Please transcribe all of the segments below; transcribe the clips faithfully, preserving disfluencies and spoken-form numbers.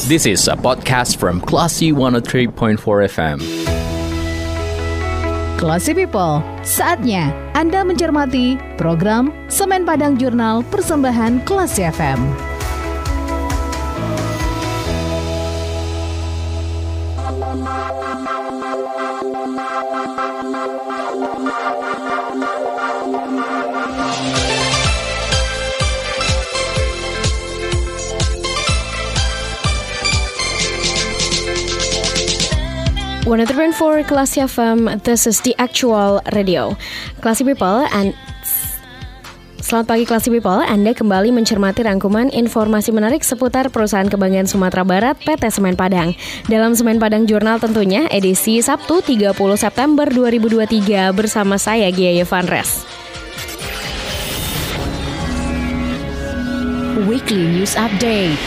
This is a podcast from Classy one oh three point four F M. Classy People, saatnya Anda mencermati program Semen Padang Jurnal persembahan Classy F M. one oh three point four Classy F M, this is the actual radio. Classy People, and selamat pagi Classy People. Anda kembali mencermati rangkuman informasi menarik seputar perusahaan kebanggaan Sumatera Barat P T Semen Padang. Dalam Semen Padang Jurnal tentunya edisi Sabtu tiga puluh September dua ribu dua puluh tiga bersama saya Gia Yevanres. Weekly News Update.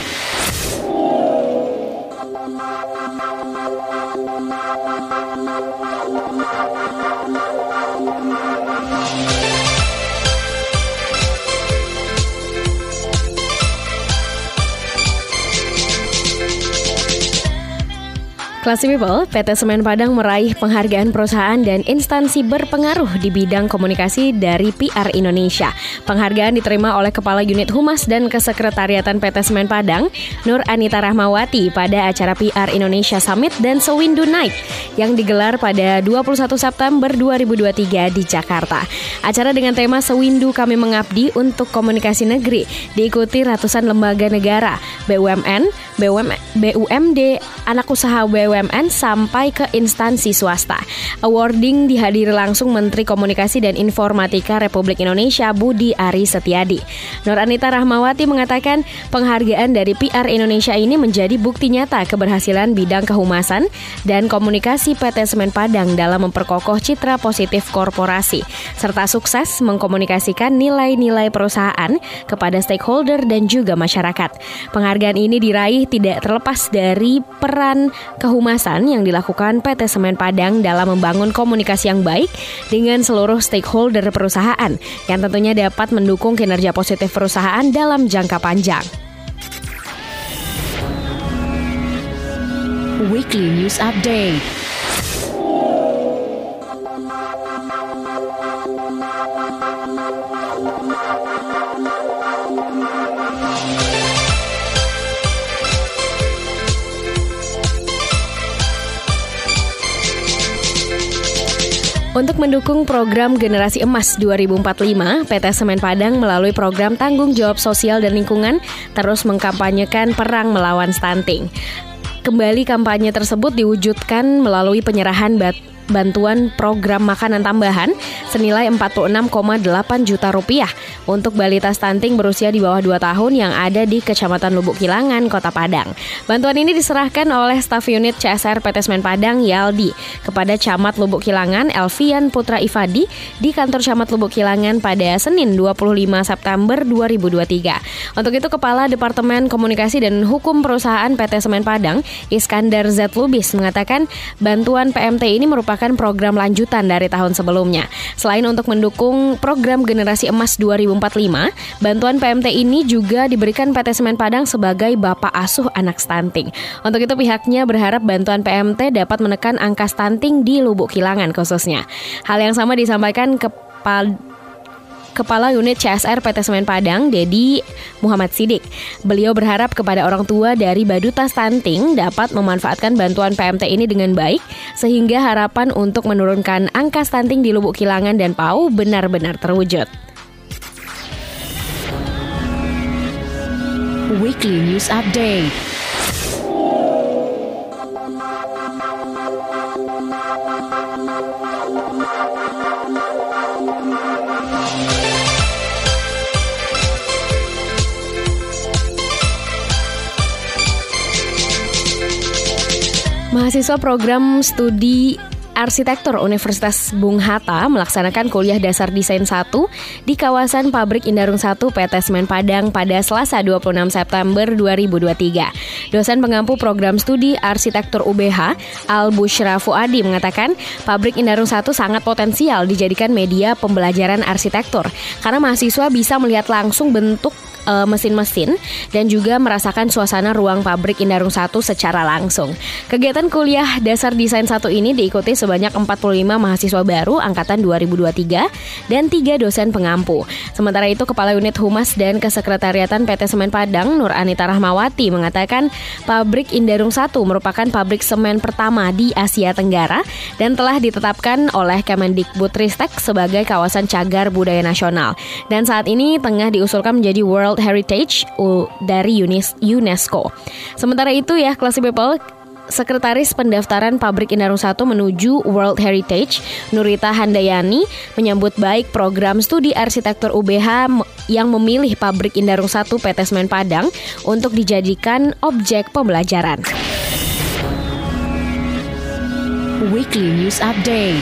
Classy People, P T Semen Padang meraih penghargaan perusahaan dan instansi berpengaruh di bidang komunikasi dari P R Indonesia. Penghargaan diterima oleh Kepala Unit Humas dan Kesekretariatan P T Semen Padang, Nur Anita Rahmawati, pada acara P R Indonesia Summit dan Sewindu Night yang digelar pada dua puluh satu September dua ribu dua puluh tiga di Jakarta. Acara dengan tema Sewindu Kami Mengabdi untuk Komunikasi Negeri diikuti ratusan lembaga negara, B U M N, B U M D, anak usaha B U M N sampai ke instansi swasta. Awarding dihadiri langsung Menteri Komunikasi dan Informatika Republik Indonesia Budi Ari Setiadi. Nur Anita Rahmawati mengatakan penghargaan dari P R Indonesia ini menjadi bukti nyata keberhasilan bidang kehumasan dan komunikasi P T Semen Padang dalam memperkokoh citra positif korporasi serta sukses mengkomunikasikan nilai-nilai perusahaan kepada stakeholder dan juga masyarakat. Penghargaan ini diraih tidak terlepas dari peran kehumasan yang dilakukan P T Semen Padang dalam membangun komunikasi yang baik dengan seluruh stakeholder perusahaan yang tentunya dapat mendukung kinerja positif perusahaan dalam jangka panjang. Weekly News Update. Untuk mendukung program Generasi Emas dua ribu empat puluh lima, P T Semen Padang melalui program Tanggung Jawab Sosial dan Lingkungan terus mengkampanyekan perang melawan stunting. Kembali kampanye tersebut diwujudkan melalui penyerahan bat bantuan program makanan tambahan senilai empat puluh enam koma delapan juta rupiah untuk balita stunting berusia di bawah dua tahun yang ada di Kecamatan Lubuk Kilangan, Kota Padang. Bantuan ini diserahkan oleh staf unit C S R P T Semen Padang Yaldi kepada Camat Lubuk Kilangan Elvian Putra Ifadi di kantor Camat Lubuk Kilangan pada Senin dua puluh lima September dua ribu dua puluh tiga. Untuk itu Kepala Departemen Komunikasi dan Hukum Perusahaan P T Semen Padang Iskandar Z. Lubis mengatakan bantuan P M T ini merupakan program lanjutan dari tahun sebelumnya. Selain untuk mendukung program Generasi Emas dua ribu empat puluh lima, bantuan P M T ini juga diberikan P T Semen Padang sebagai bapak asuh anak stunting. Untuk itu pihaknya berharap bantuan P M T dapat menekan angka stunting di Lubuk Kilangan khususnya. Hal yang sama disampaikan Kepala Kepala Unit C S R P T Semen Padang, Dedi Muhammad Sidik. Beliau berharap kepada orang tua dari baduta stunting dapat memanfaatkan bantuan P M T ini dengan baik, sehingga harapan untuk menurunkan angka stunting di Lubuk Kilangan dan P A U benar-benar terwujud. Weekly News Update. Mahasiswa program studi Arsitektur Universitas Bung Hatta melaksanakan kuliah dasar desain satu di kawasan Pabrik Indarung satu P T Semen Padang pada Selasa dua puluh enam September dua ribu dua puluh tiga. Dosen pengampu program studi Arsitektur U B H, Al Bushra Fuadi mengatakan Pabrik Indarung satu sangat potensial dijadikan media pembelajaran arsitektur karena mahasiswa bisa melihat langsung bentuk mesin-mesin dan juga merasakan suasana ruang pabrik Indarung satu secara langsung. Kegiatan kuliah dasar desain satu ini diikuti sebanyak empat puluh lima mahasiswa baru angkatan dua ribu dua puluh tiga dan tiga dosen pengampu. Sementara itu Kepala Unit Humas dan Kesekretariatan P T Semen Padang Nur Anita Rahmawati mengatakan pabrik Indarung satu merupakan pabrik semen pertama di Asia Tenggara dan telah ditetapkan oleh Kemendikbudristek sebagai kawasan cagar budaya nasional dan saat ini tengah diusulkan menjadi World Heritage dari UNESCO. Sementara itu ya, Classy People, Sekretaris Pendaftaran Pabrik Indarung satu menuju World Heritage, Nurita Handayani, menyambut baik program studi arsitektur U B H yang memilih Pabrik Indarung satu P T Semen Padang untuk dijadikan objek pembelajaran. Weekly News Update.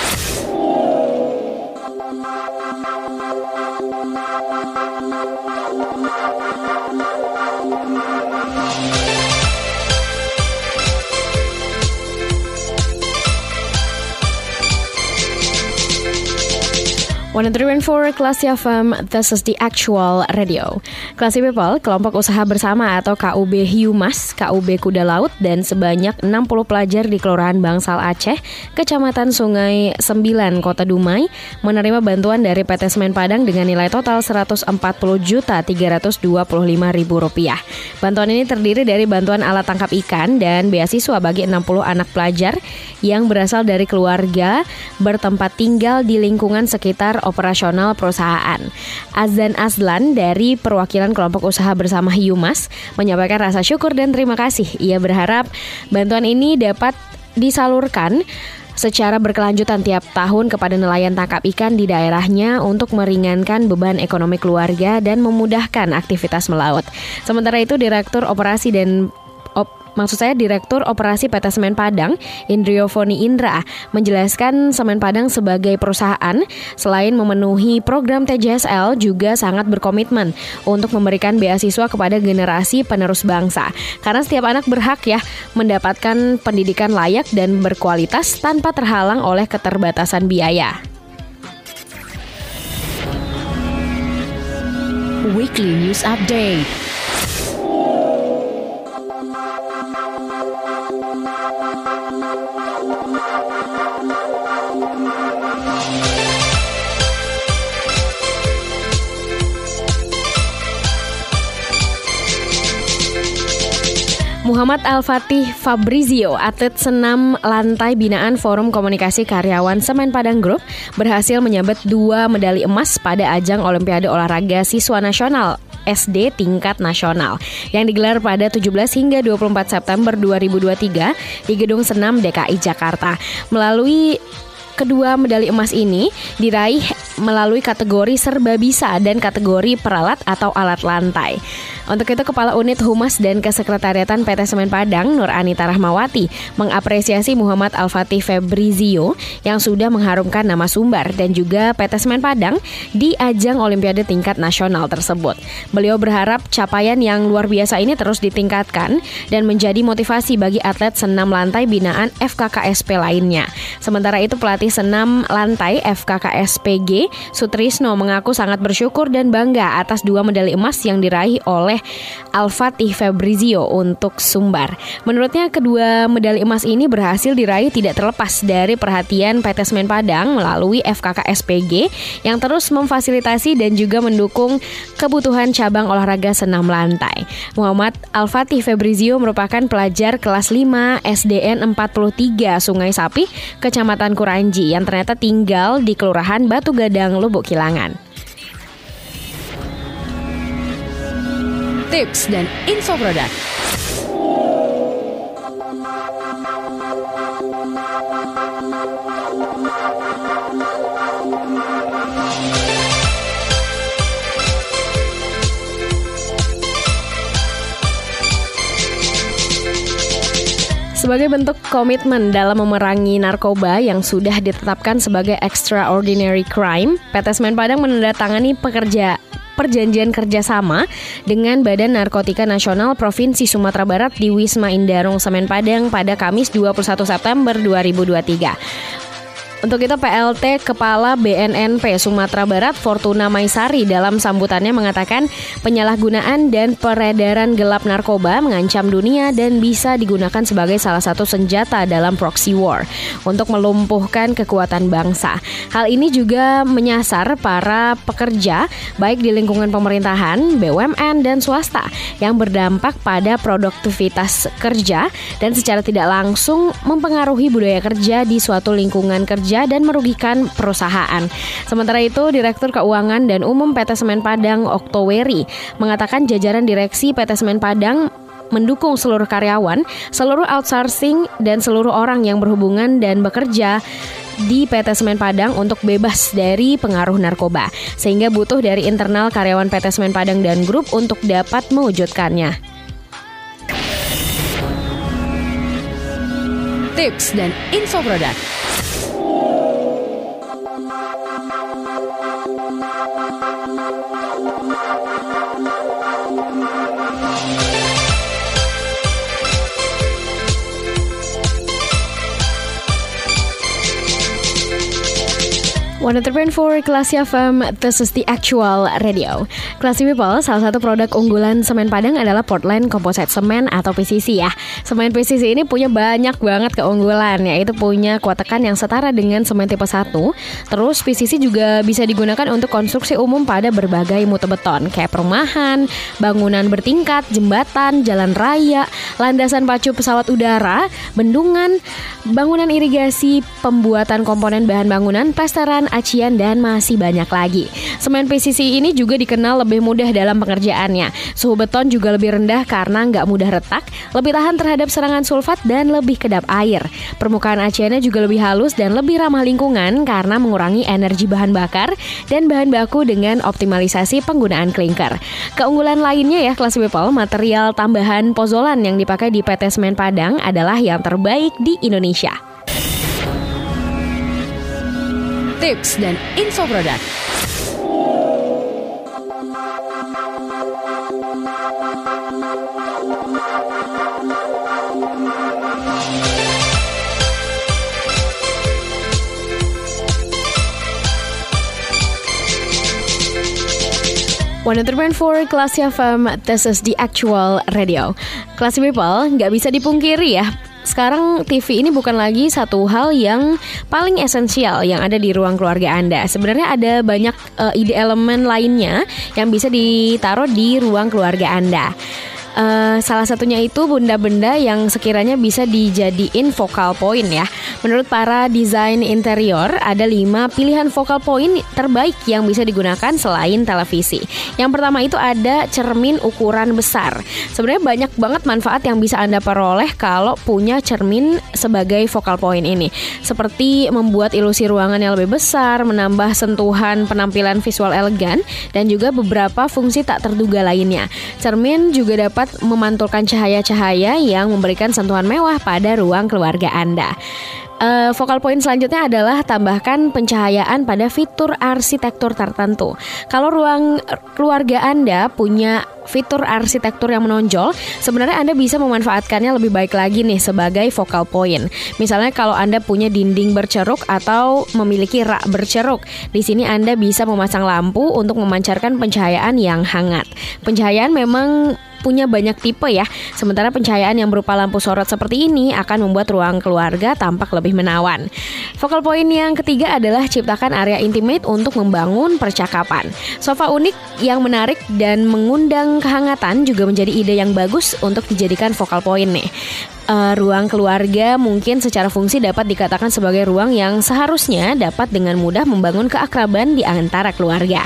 one oh three point four Classy F M, this is the actual radio. Classy People, kelompok usaha bersama atau K U B Humas, K U B Kuda Laut, dan sebanyak enam puluh pelajar di Kelurahan Bangsal Aceh, Kecamatan Sungai Sembilan, Kota Dumai, menerima bantuan dari P T Semen Padang dengan nilai total seratus empat puluh juta tiga ratus dua puluh lima ribu rupiah. Bantuan ini terdiri dari bantuan alat tangkap ikan dan beasiswa bagi enam puluh anak pelajar yang berasal dari keluarga bertempat tinggal di lingkungan sekitar operasional perusahaan. Azan Azlan dari perwakilan kelompok usaha bersama Humas menyampaikan rasa syukur dan terima kasih. Ia berharap bantuan ini dapat disalurkan secara berkelanjutan tiap tahun kepada nelayan tangkap ikan di daerahnya untuk meringankan beban ekonomi keluarga dan memudahkan aktivitas melaut. Sementara itu, Direktur Operasi dan op- Maksud saya Direktur Operasi P T Semen Padang, Indriofoni Indra, menjelaskan Semen Padang sebagai perusahaan selain memenuhi program T J S L juga sangat berkomitmen untuk memberikan beasiswa kepada generasi penerus bangsa. Karena setiap anak berhak ya mendapatkan pendidikan layak dan berkualitas tanpa terhalang oleh keterbatasan biaya. Weekly News Update. Muhammad Al-Fatih Fabrizio, atlet senam lantai binaan Forum Komunikasi Karyawan Semen Padang Group, berhasil menyabet dua medali emas pada ajang Olimpiade Olahraga Siswa Nasional S D tingkat nasional yang digelar pada tujuh belas hingga dua puluh empat September dua ribu dua puluh tiga di Gedung Senam D K I Jakarta. Melalui kedua medali emas ini diraih melalui kategori serba bisa dan kategori peralat atau alat lantai. Untuk itu, Kepala Unit Humas dan Kesekretariatan P T Semen Padang, Nur Anita Rahmawati, mengapresiasi Muhammad Al-Fatih Fabrizio yang sudah mengharumkan nama Sumbar dan juga P T Semen Padang di ajang Olimpiade tingkat nasional tersebut. Beliau berharap capaian yang luar biasa ini terus ditingkatkan dan menjadi motivasi bagi atlet senam lantai binaan F K K S P lainnya. Sementara itu, pelatih senam lantai F K K S P G, Sutrisno, mengaku sangat bersyukur dan bangga atas dua medali emas yang diraih oleh Al-Fatih Fabrizio untuk Sumbar. Menurutnya, kedua medali emas ini berhasil diraih tidak terlepas dari perhatian P T Semen Padang melalui F K K S P G yang terus memfasilitasi dan juga mendukung kebutuhan cabang olahraga senam lantai. Muhammad Al-Fatih Fabrizio merupakan pelajar kelas lima S D N empat puluh tiga Sungai Sapi, Kecamatan Kuranji, yang ternyata tinggal di Kelurahan Batu Gadang, Lubuk Kilangan. Tips dan info produk. Sebagai bentuk komitmen dalam memerangi narkoba yang sudah ditetapkan sebagai extraordinary crime, P T Semen Padang menandatangani pekerja perjanjian kerjasama dengan Badan Narkotika Nasional Provinsi Sumatera Barat di Wisma Indarong Semen Padang pada Kamis dua puluh satu September dua ribu dua puluh tiga. Untuk itu P L T Kepala B N N P Sumatera Barat Fortuna Maisari dalam sambutannya mengatakan penyalahgunaan dan peredaran gelap narkoba mengancam dunia dan bisa digunakan sebagai salah satu senjata dalam proxy war untuk melumpuhkan kekuatan bangsa. Hal ini juga menyasar para pekerja baik di lingkungan pemerintahan, B U M N dan swasta yang berdampak pada produktivitas kerja dan secara tidak langsung mempengaruhi budaya kerja di suatu lingkungan kerja dan merugikan perusahaan. Sementara itu, Direktur Keuangan dan Umum P T Semen Padang Oktoweri mengatakan jajaran direksi P T Semen Padang mendukung seluruh karyawan, seluruh outsourcing, dan seluruh orang yang berhubungan dan bekerja di P T Semen Padang untuk bebas dari pengaruh narkoba, sehingga butuh dari internal karyawan P T Semen Padang dan grup untuk dapat mewujudkannya. Tips dan info produk. one oh three point four Classy F M, this is the actual radio. Classy People, salah satu produk unggulan Semen Padang adalah Portland Composite Semen atau P C C ya. Semen P C C ini punya banyak banget keunggulan, yaitu punya kuat tekan yang setara dengan semen tipe satu. Terus P C C juga bisa digunakan untuk konstruksi umum pada berbagai mutu beton, kayak perumahan, bangunan bertingkat, jembatan, jalan raya, landasan pacu pesawat udara, bendungan, bangunan irigasi, pembuatan komponen bahan bangunan, plesteran, acian, dan masih banyak lagi. Semen P C C ini juga dikenal lebih mudah dalam pengerjaannya. Suhu beton juga lebih rendah karena nggak mudah retak, lebih tahan terhadap serangan sulfat, dan lebih kedap air. Permukaan aciannya juga lebih halus dan lebih ramah lingkungan karena mengurangi energi bahan bakar dan bahan baku dengan optimalisasi penggunaan klinker. Keunggulan lainnya ya, Classy People, material tambahan pozolan yang dipakai di P T Semen Padang adalah yang terbaik di Indonesia. Tips dan info produk. one oh three point four Classy F M, this is the actual radio. Classy People, nggak bisa dipungkiri ya, sekarang T V ini bukan lagi satu hal yang paling esensial yang ada di ruang keluarga Anda. Sebenarnya ada banyak uh, ide elemen lainnya yang bisa ditaruh di ruang keluarga Anda. Uh, salah satunya itu benda-benda yang sekiranya bisa dijadiin focal point ya. Menurut para desain interior, ada lima pilihan focal point terbaik yang bisa digunakan selain televisi. Yang pertama itu ada cermin ukuran besar. Sebenarnya banyak banget manfaat yang bisa Anda peroleh kalau punya cermin sebagai focal point ini. Seperti membuat ilusi ruangan yang lebih besar, menambah sentuhan penampilan visual elegan, dan juga beberapa fungsi tak terduga lainnya. Cermin juga dapat memantulkan cahaya-cahaya yang memberikan sentuhan mewah pada ruang keluarga Anda. Uh, focal point selanjutnya adalah tambahkan pencahayaan pada fitur arsitektur tertentu. Kalau ruang keluarga Anda punya fitur arsitektur yang menonjol, sebenarnya Anda bisa memanfaatkannya lebih baik lagi nih sebagai focal point. Misalnya kalau Anda punya dinding berceruk atau memiliki rak berceruk, di sini Anda bisa memasang lampu untuk memancarkan pencahayaan yang hangat. Pencahayaan memang punya banyak tipe ya. Sementara pencahayaan yang berupa lampu sorot seperti ini akan membuat ruang keluarga tampak lebih menawan. Focal point yang ketiga adalah ciptakan area intimate untuk membangun percakapan. Sofa unik yang menarik dan mengundang kehangatan juga menjadi ide yang bagus untuk dijadikan focal point nih. Uh, ruang keluarga mungkin secara fungsi dapat dikatakan sebagai ruang yang seharusnya dapat dengan mudah membangun keakraban di antara keluarga.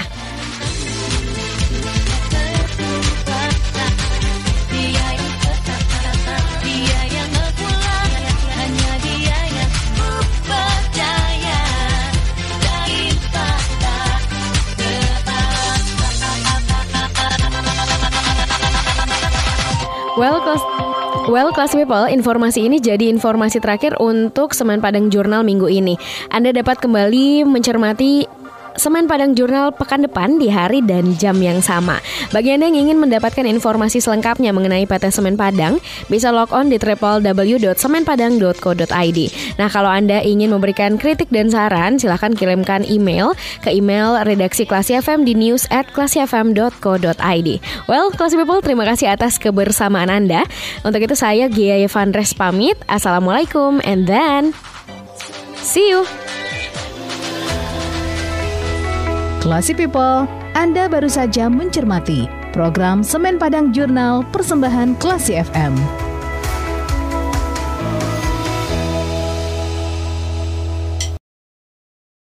Well, Well, class Well, Classy People, informasi ini jadi informasi terakhir untuk Semen Padang Jurnal minggu ini. Anda dapat kembali mencermati Semen Padang Jurnal pekan depan di hari dan jam yang sama. Bagi Anda yang ingin mendapatkan informasi selengkapnya mengenai P T Semen Padang, bisa log on di w w w dot semen padang dot co dot i d. Nah, kalau Anda ingin memberikan kritik dan saran, silahkan kirimkan email ke email redaksi Classy F M di news at classy f m dot co dot i d. Well, Classy People, terima kasih atas kebersamaan Anda. Untuk itu saya Gia Yevandres pamit. Assalamualaikum and then see you. Classy People, Anda baru saja mencermati program Semen Padang Jurnal persembahan Classy F M.